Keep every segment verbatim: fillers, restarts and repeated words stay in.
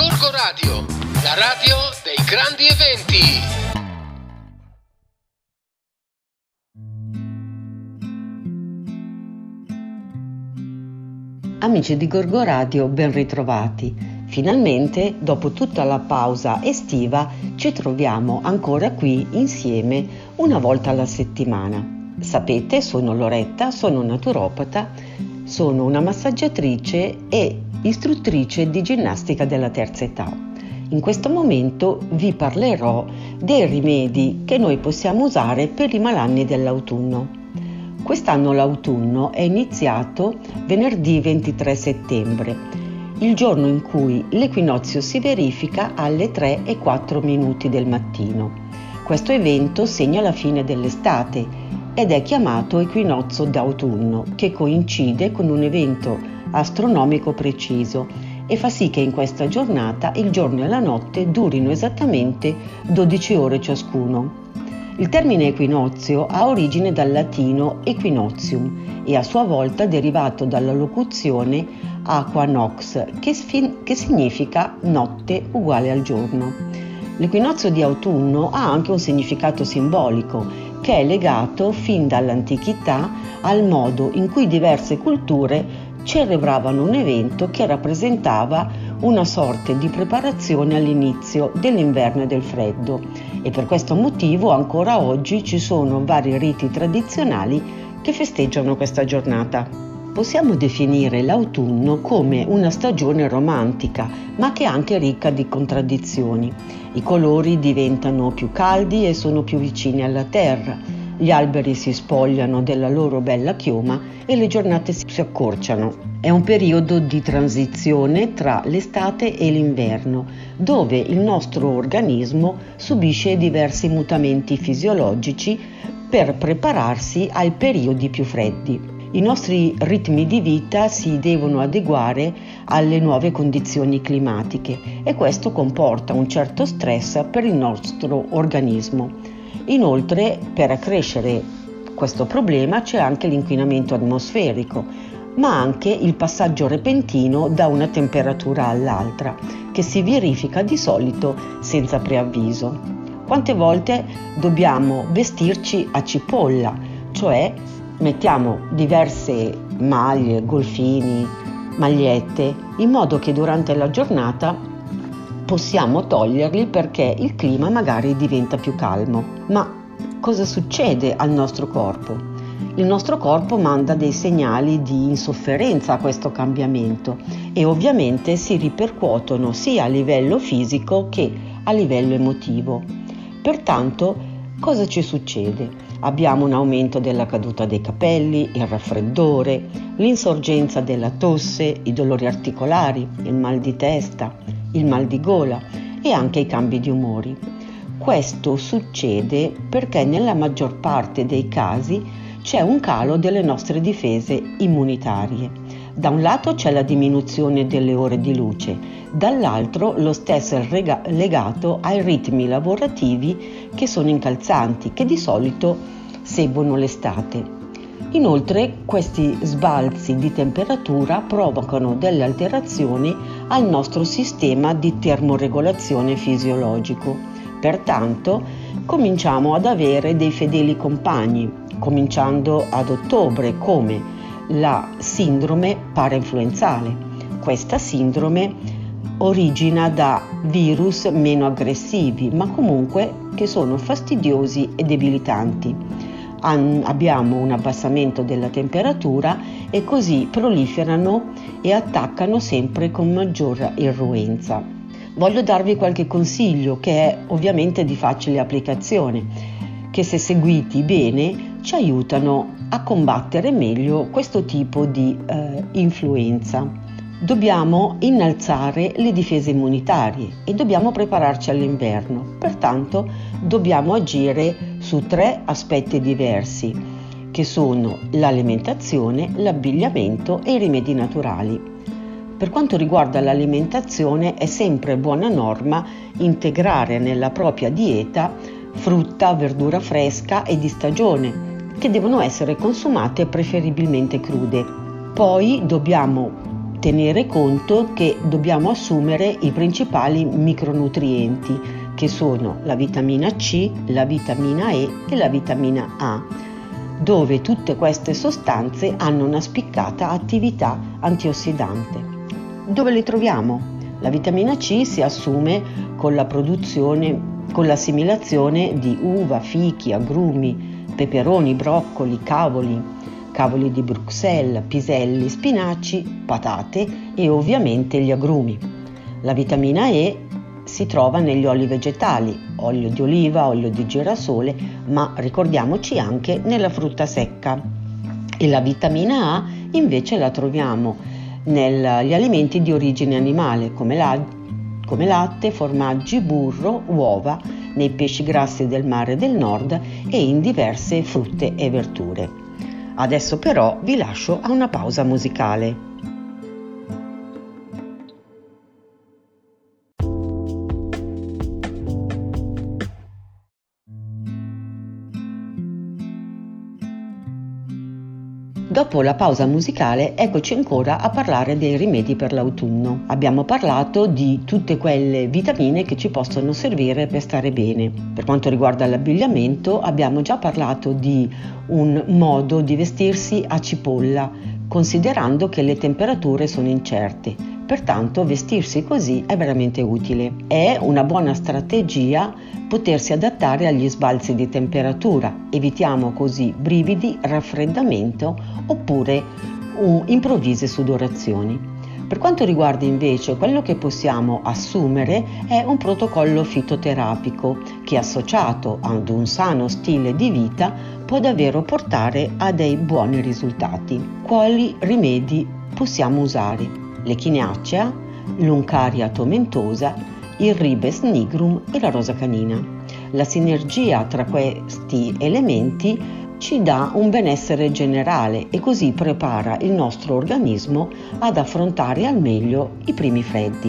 Gorgo Radio, la radio dei grandi eventi. Amici di Gorgo Radio, ben ritrovati. Finalmente, dopo tutta la pausa estiva, ci troviamo ancora qui insieme una volta alla settimana. Sapete, sono Loretta, sono naturopata, sono una massaggiatrice e istruttrice di ginnastica della terza età. In questo momento vi parlerò dei rimedi che noi possiamo usare per i malanni dell'autunno. Quest'anno l'autunno è iniziato venerdì ventitré settembre, il giorno in cui l'equinozio si verifica alle tre e quattro minuti del mattino. Questo evento segna la fine dell'estate ed è chiamato equinozio d'autunno, che coincide con un evento astronomico preciso e fa sì che in questa giornata il giorno e la notte durino esattamente dodici ore ciascuno. Il termine equinozio ha origine dal latino equinozium e a sua volta derivato dalla locuzione aqua nox, che, sfi- che significa notte uguale al giorno. L'equinozio di autunno ha anche un significato simbolico che è legato fin dall'antichità al modo in cui diverse culture celebravano un evento che rappresentava una sorta di preparazione all'inizio dell'inverno e del freddo, e per questo motivo ancora oggi ci sono vari riti tradizionali che festeggiano questa giornata. Possiamo definire l'autunno come una stagione romantica, ma che è anche ricca di contraddizioni. I colori diventano più caldi e sono più vicini alla terra. Gli alberi si spogliano della loro bella chioma e le giornate si accorciano. È un periodo di transizione tra l'estate e l'inverno, dove il nostro organismo subisce diversi mutamenti fisiologici per prepararsi ai periodi più freddi. I nostri ritmi di vita si devono adeguare alle nuove condizioni climatiche e questo comporta un certo stress per il nostro organismo. Inoltre, per accrescere questo problema c'è anche l'inquinamento atmosferico, ma anche il passaggio repentino da una temperatura all'altra, che si verifica di solito senza preavviso. Quante volte dobbiamo vestirci a cipolla, cioè mettiamo diverse maglie, golfini, magliette, in modo che durante la giornata possiamo toglierli perché il clima magari diventa più calmo. Ma cosa succede al nostro corpo? Il nostro corpo manda dei segnali di insofferenza a questo cambiamento e ovviamente si ripercuotono sia a livello fisico che a livello emotivo. Pertanto, cosa ci succede? Abbiamo un aumento della caduta dei capelli, il raffreddore, l'insorgenza della tosse, i dolori articolari, il mal di testa, il mal di gola e anche i cambi di umori. Questo succede perché nella maggior parte dei casi c'è un calo delle nostre difese immunitarie. Da un lato c'è la diminuzione delle ore di luce, dall'altro lo stesso è rega- legato ai ritmi lavorativi che sono incalzanti, che di solito seguono l'estate. Inoltre questi sbalzi di temperatura provocano delle alterazioni al nostro sistema di termoregolazione fisiologico. Pertanto cominciamo ad avere dei fedeli compagni, cominciando ad ottobre, come la sindrome parainfluenzale. Questa sindrome origina da virus meno aggressivi, ma comunque che sono fastidiosi e debilitanti. Abbiamo un abbassamento della temperatura e così proliferano e attaccano sempre con maggior irruenza. Voglio darvi qualche consiglio che è ovviamente di facile applicazione, che se seguiti bene ci aiutano a combattere meglio questo tipo di eh, influenza. Dobbiamo innalzare le difese immunitarie e dobbiamo prepararci all'inverno, pertanto dobbiamo agire su tre aspetti diversi, che sono l'alimentazione, l'abbigliamento e i rimedi naturali. Per quanto riguarda l'alimentazione, è sempre buona norma integrare nella propria dieta frutta, verdura fresca e di stagione, che devono essere consumate preferibilmente crude. Poi dobbiamo tenere conto che dobbiamo assumere i principali micronutrienti, che sono la vitamina C, la vitamina E e la vitamina A, dove tutte queste sostanze hanno una spiccata attività antiossidante. Dove le troviamo? La vitamina C si assume con la produzione, con l'assimilazione di uva, fichi, agrumi, peperoni, broccoli, cavoli, cavoli di Bruxelles, piselli, spinaci, patate e ovviamente gli agrumi. La vitamina E si trova negli oli vegetali, olio di oliva, olio di girasole, ma ricordiamoci anche nella frutta secca. E la vitamina A invece la troviamo negli alimenti di origine animale, come, la, come latte, formaggi, burro, uova, nei pesci grassi del mare del nord e in diverse frutte e verdure. Adesso però vi lascio a una pausa musicale. Dopo la pausa musicale, eccoci ancora a parlare dei rimedi per l'autunno. Abbiamo parlato di tutte quelle vitamine che ci possono servire per stare bene. Per quanto riguarda l'abbigliamento, abbiamo già parlato di un modo di vestirsi a cipolla, considerando che le temperature sono incerte. Pertanto vestirsi così è veramente utile. È una buona strategia potersi adattare agli sbalzi di temperatura. Evitiamo così brividi, raffreddamento oppure uh, improvvise sudorazioni. Per quanto riguarda invece quello che possiamo assumere è un protocollo fitoterapico che, associato ad un sano stile di vita, può davvero portare a dei buoni risultati. Quali rimedi possiamo usare? L'Echinacea, l'Uncaria tomentosa, il Ribes nigrum e la rosa canina. La sinergia tra questi elementi ci dà un benessere generale e così prepara il nostro organismo ad affrontare al meglio i primi freddi.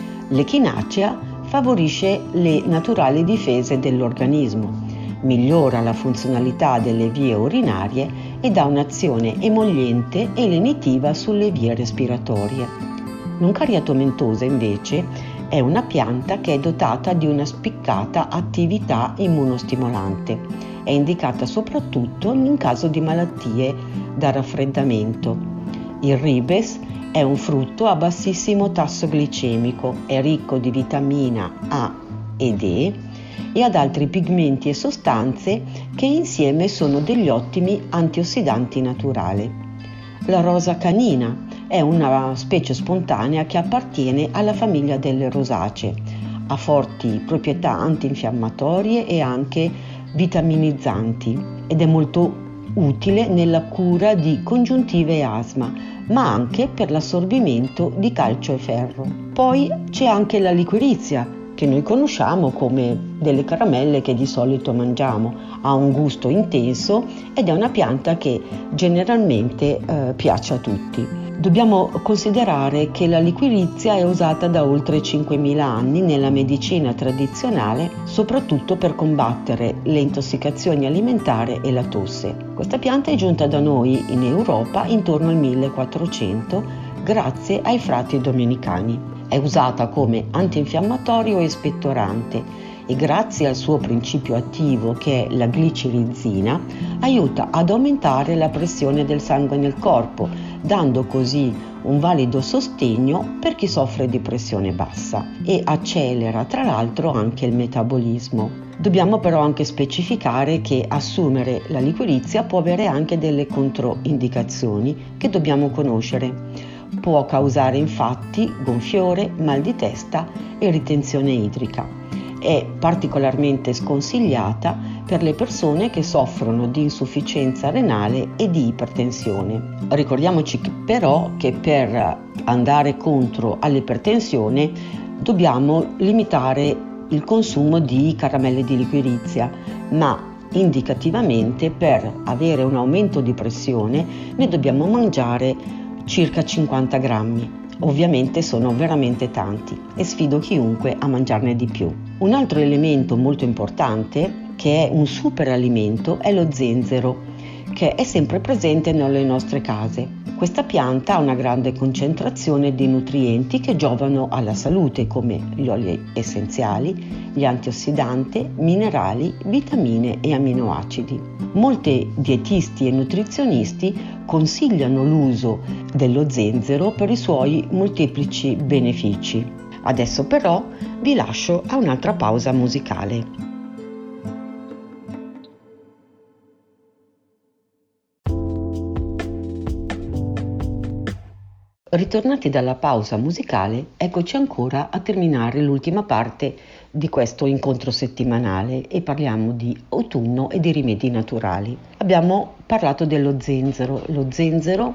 L'Echinacea favorisce le naturali difese dell'organismo, migliora la funzionalità delle vie urinarie e dà un'azione emolliente e lenitiva sulle vie respiratorie. L'Uncaria tomentosa invece è una pianta che è dotata di una spiccata attività immunostimolante. È indicata soprattutto in caso di malattie da raffreddamento. Il Ribes è un frutto a bassissimo tasso glicemico, è ricco di vitamina A ed E e ad altri pigmenti e sostanze che insieme sono degli ottimi antiossidanti naturali. La rosa canina è una specie spontanea che appartiene alla famiglia delle rosacee, ha forti proprietà antinfiammatorie e anche vitaminizzanti ed è molto utile nella cura di congiuntive e asma, ma anche per l'assorbimento di calcio e ferro. Poi c'è anche la liquirizia, che noi conosciamo come delle caramelle che di solito mangiamo. Ha un gusto intenso ed è una pianta che generalmente eh, piace a tutti. Dobbiamo considerare che la liquirizia è usata da oltre cinquemila anni nella medicina tradizionale, soprattutto per combattere le intossicazioni alimentari e la tosse. Questa pianta è giunta da noi in Europa intorno al millequattrocento grazie ai frati domenicani. È usata come antinfiammatorio e spettorante e grazie al suo principio attivo, che è la glicirizzina, aiuta ad aumentare la pressione del sangue nel corpo, dando così un valido sostegno per chi soffre di pressione bassa e accelera tra l'altro anche il metabolismo. Dobbiamo però anche specificare che assumere la liquirizia può avere anche delle controindicazioni che dobbiamo conoscere. Può causare infatti gonfiore, mal di testa e ritenzione idrica. È particolarmente sconsigliata per le persone che soffrono di insufficienza renale e di ipertensione. Ricordiamoci però che per andare contro all'ipertensione dobbiamo limitare il consumo di caramelle di liquirizia, ma indicativamente per avere un aumento di pressione ne dobbiamo mangiare circa cinquanta grammi. Ovviamente sono veramente tanti e sfido chiunque a mangiarne di più. Un altro elemento molto importante, che è un superalimento, è lo zenzero, che è sempre presente nelle nostre case. Questa pianta ha una grande concentrazione di nutrienti che giovano alla salute, come gli oli essenziali, gli antiossidanti, minerali, vitamine e aminoacidi. Molti dietisti e nutrizionisti consigliano l'uso dello zenzero per i suoi molteplici benefici. Adesso però vi lascio a un'altra pausa musicale. Ritornati dalla pausa musicale, eccoci ancora a terminare l'ultima parte di questo incontro settimanale e parliamo di autunno e di rimedi naturali. Abbiamo parlato dello zenzero. Lo zenzero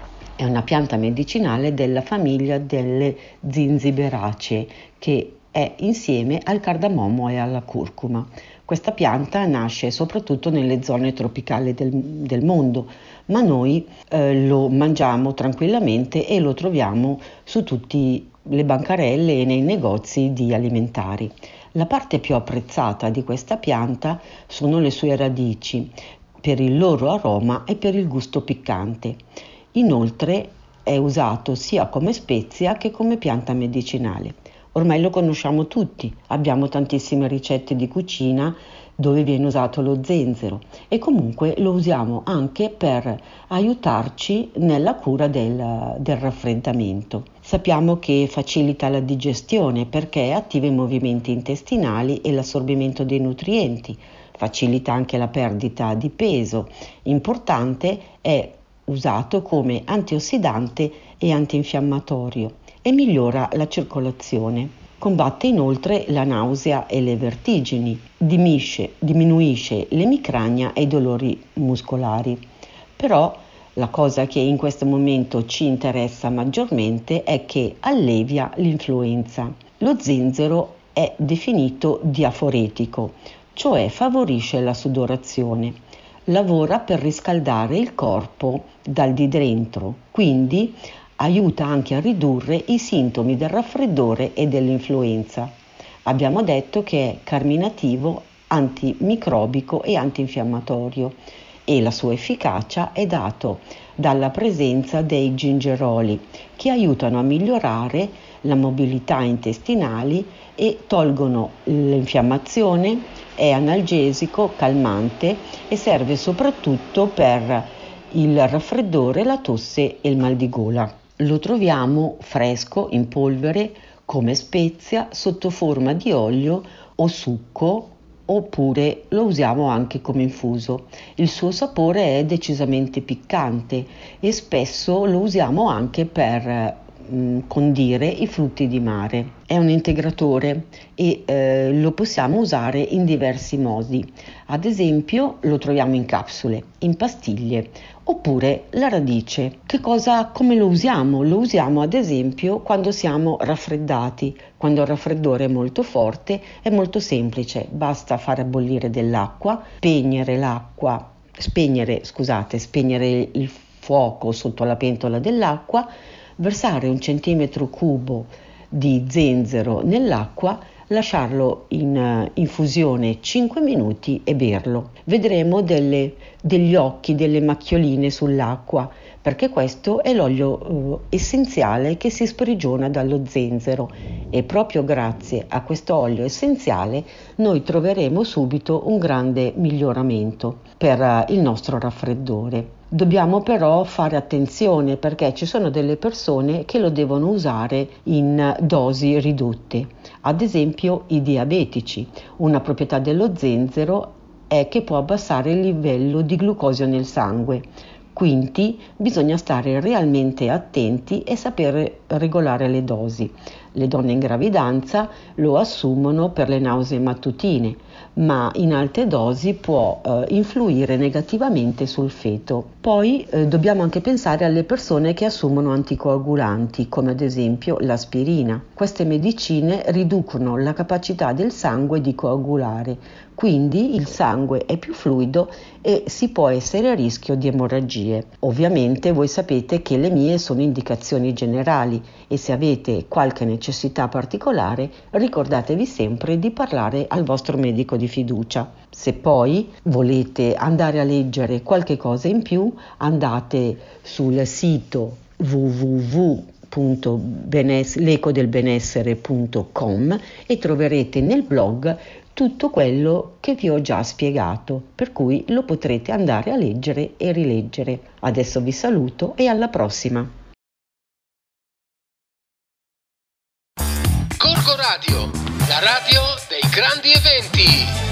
è una pianta medicinale della famiglia delle zinziberacee che è insieme al cardamomo e alla curcuma. Questa pianta nasce soprattutto nelle zone tropicali del, del mondo, ma noi eh, lo mangiamo tranquillamente e lo troviamo su tutte le bancarelle e nei negozi di alimentari. La parte più apprezzata di questa pianta sono le sue radici, per il loro aroma e per il gusto piccante. Inoltre è usato sia come spezia che come pianta medicinale. Ormai lo conosciamo tutti, abbiamo tantissime ricette di cucina dove viene usato lo zenzero e comunque lo usiamo anche per aiutarci nella cura del, del raffreddamento. Sappiamo che facilita la digestione perché attiva i movimenti intestinali e l'assorbimento dei nutrienti, facilita anche la perdita di peso. Importante è usato come antiossidante e antinfiammatorio e migliora la circolazione. Combatte inoltre la nausea e le vertigini, diminuisce, diminuisce l'emicrania e i dolori muscolari. Però la cosa che in questo momento ci interessa maggiormente è che allevia l'influenza. Lo zenzero è definito diaforetico, cioè favorisce la sudorazione. Lavora per riscaldare il corpo dal di dentro, quindi aiuta anche a ridurre i sintomi del raffreddore e dell'influenza. Abbiamo detto che è carminativo, antimicrobico e antinfiammatorio e la sua efficacia è data dalla presenza dei gingeroli che aiutano a migliorare la mobilità intestinale e tolgono l'infiammazione, è analgesico, calmante e serve soprattutto per il raffreddore, la tosse e il mal di gola. Lo troviamo fresco in polvere come spezia sotto forma di olio o succo oppure lo usiamo anche come infuso. Il suo sapore è decisamente piccante e spesso lo usiamo anche per mh, condire i frutti di mare. È un integratore e eh, lo possiamo usare in diversi modi. Ad esempio lo troviamo in capsule, in pastiglie oppure la radice. Che cosa, come lo usiamo? Lo usiamo ad esempio quando siamo raffreddati, quando il raffreddore è molto forte, è molto semplice, basta fare bollire dell'acqua, spegnere l'acqua, spegnere, scusate, spegnere il fuoco sotto la pentola dell'acqua, versare un centimetro cubo di zenzero nell'acqua, lasciarlo in infusione cinque minuti e berlo. Vedremo delle, degli occhi, delle macchioline sull'acqua, perché questo è l'olio eh, essenziale che si sprigiona dallo zenzero e proprio grazie a questo olio essenziale noi troveremo subito un grande miglioramento per eh, il nostro raffreddore. Dobbiamo però fare attenzione perché ci sono delle persone che lo devono usare in dosi ridotte, ad esempio i diabetici. Una proprietà dello zenzero è che può abbassare il livello di glucosio nel sangue, quindi bisogna stare realmente attenti e sapere regolare le dosi. Le donne in gravidanza lo assumono per le nausee mattutine, ma in alte dosi può eh, influire negativamente sul feto. Poi eh, dobbiamo anche pensare alle persone che assumono anticoagulanti, come ad esempio l'aspirina. Queste medicine riducono la capacità del sangue di coagulare, quindi il sangue è più fluido e si può essere a rischio di emorragie. Ovviamente voi sapete che le mie sono indicazioni generali speciali e se avete qualche necessità particolare ricordatevi sempre di parlare al vostro medico di fiducia. Se poi volete andare a leggere qualche cosa in più, andate sul sito w w w punto l'ecodelbenessere punto com e troverete nel blog tutto quello che vi ho già spiegato, per cui lo potrete andare a leggere e rileggere. Adesso vi saluto e alla prossima. Gorgo Radio, la radio dei grandi eventi.